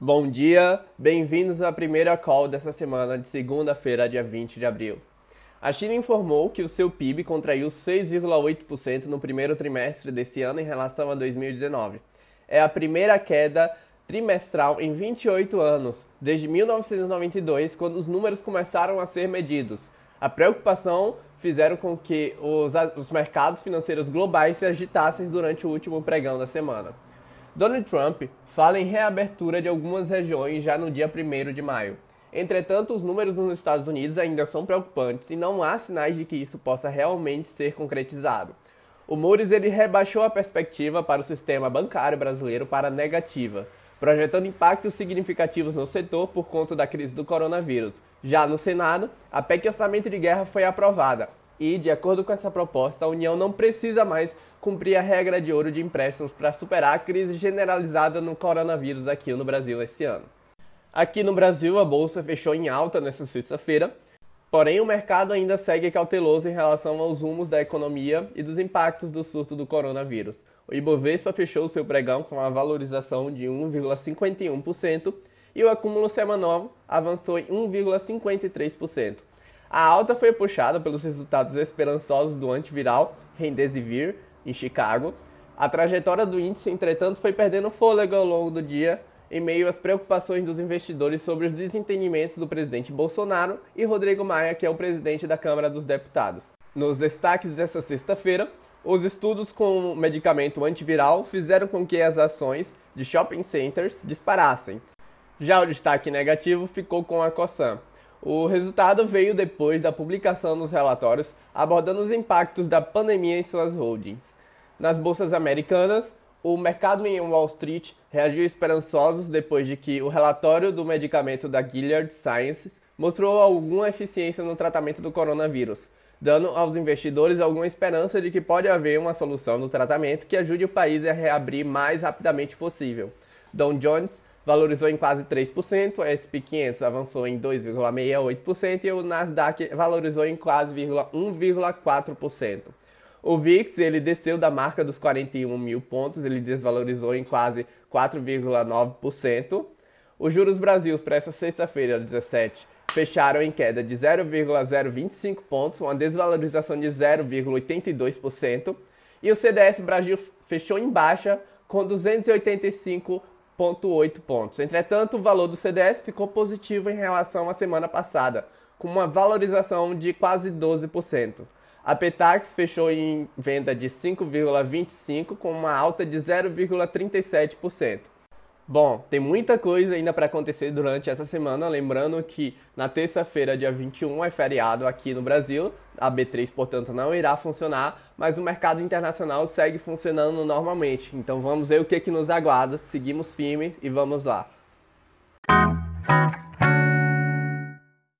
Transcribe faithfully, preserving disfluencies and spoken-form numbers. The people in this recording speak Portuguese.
Bom dia, bem-vindos à primeira call dessa semana de segunda-feira, dia vinte de abril. A China informou que o seu P I B contraiu seis vírgula oito por cento no primeiro trimestre desse ano em relação a dois mil e dezenove. É a primeira queda trimestral em vinte e oito anos, desde mil novecentos e noventa e dois, quando os números começaram a ser medidos. A preocupação fizeram com que os, os mercados financeiros globais se agitassem durante o último pregão da semana. Donald Trump fala em reabertura de algumas regiões já no dia primeiro de maio. Entretanto, os números nos Estados Unidos ainda são preocupantes e não há sinais de que isso possa realmente ser concretizado. O Moody's ele rebaixou a perspectiva para o sistema bancário brasileiro para negativa, projetando impactos significativos no setor por conta da crise do coronavírus. Já no Senado, a P E C Orçamento de Guerra foi aprovada e, de acordo com essa proposta, a União não precisa mais cumprir a regra de ouro de empréstimos para superar a crise generalizada no coronavírus aqui no Brasil esse ano. Aqui no Brasil, a Bolsa fechou em alta nesta sexta-feira, porém o mercado ainda segue cauteloso em relação aos rumos da economia e dos impactos do surto do coronavírus. O Ibovespa fechou seu pregão com uma valorização de um vírgula cinquenta e um por cento e o acúmulo semanal avançou em um vírgula cinquenta e três por cento. A alta foi puxada pelos resultados esperançosos do antiviral Remdesivir, em Chicago. A trajetória do índice, entretanto, foi perdendo fôlego ao longo do dia, em meio às preocupações dos investidores sobre os desentendimentos do presidente Bolsonaro e Rodrigo Maia, que é o presidente da Câmara dos Deputados. Nos destaques desta sexta-feira, os estudos com o medicamento antiviral fizeram com que as ações de shopping centers disparassem. Já o destaque negativo ficou com a Cosan. O resultado veio depois da publicação dos relatórios abordando os impactos da pandemia em suas holdings. Nas bolsas americanas, o mercado em Wall Street reagiu esperançosos depois de que o relatório do medicamento da Gilead Sciences mostrou alguma eficiência no tratamento do coronavírus, dando aos investidores alguma esperança de que pode haver uma solução no tratamento que ajude o país a reabrir mais rapidamente possível. Dow Jones valorizou em quase três por cento, a S and P quinhentos avançou em dois vírgula sessenta e oito por cento e o Nasdaq valorizou em quase um vírgula quatro por cento. O V I X ele desceu da marca dos quarenta e um mil pontos, ele desvalorizou em quase quatro vírgula nove por cento. Os juros Brasil para essa sexta-feira, dezessete, fecharam em queda de zero vírgula zero vinte e cinco pontos, uma desvalorização de zero vírgula oitenta e dois por cento. E o C D S Brasil fechou em baixa com duzentos e oitenta e cinco vírgula oito pontos. Entretanto, o valor do C D S ficou positivo em relação à semana passada, com uma valorização de quase doze por cento. A Petax fechou em venda de cinco vírgula vinte e cinco com uma alta de zero vírgula trinta e sete por cento. Bom, tem muita coisa ainda para acontecer durante essa semana, lembrando que na terça-feira, dia vinte e um, é feriado aqui no Brasil, a B três, portanto, não irá funcionar, mas o mercado internacional segue funcionando normalmente. Então vamos ver o que, que nos aguarda, seguimos firmes e vamos lá.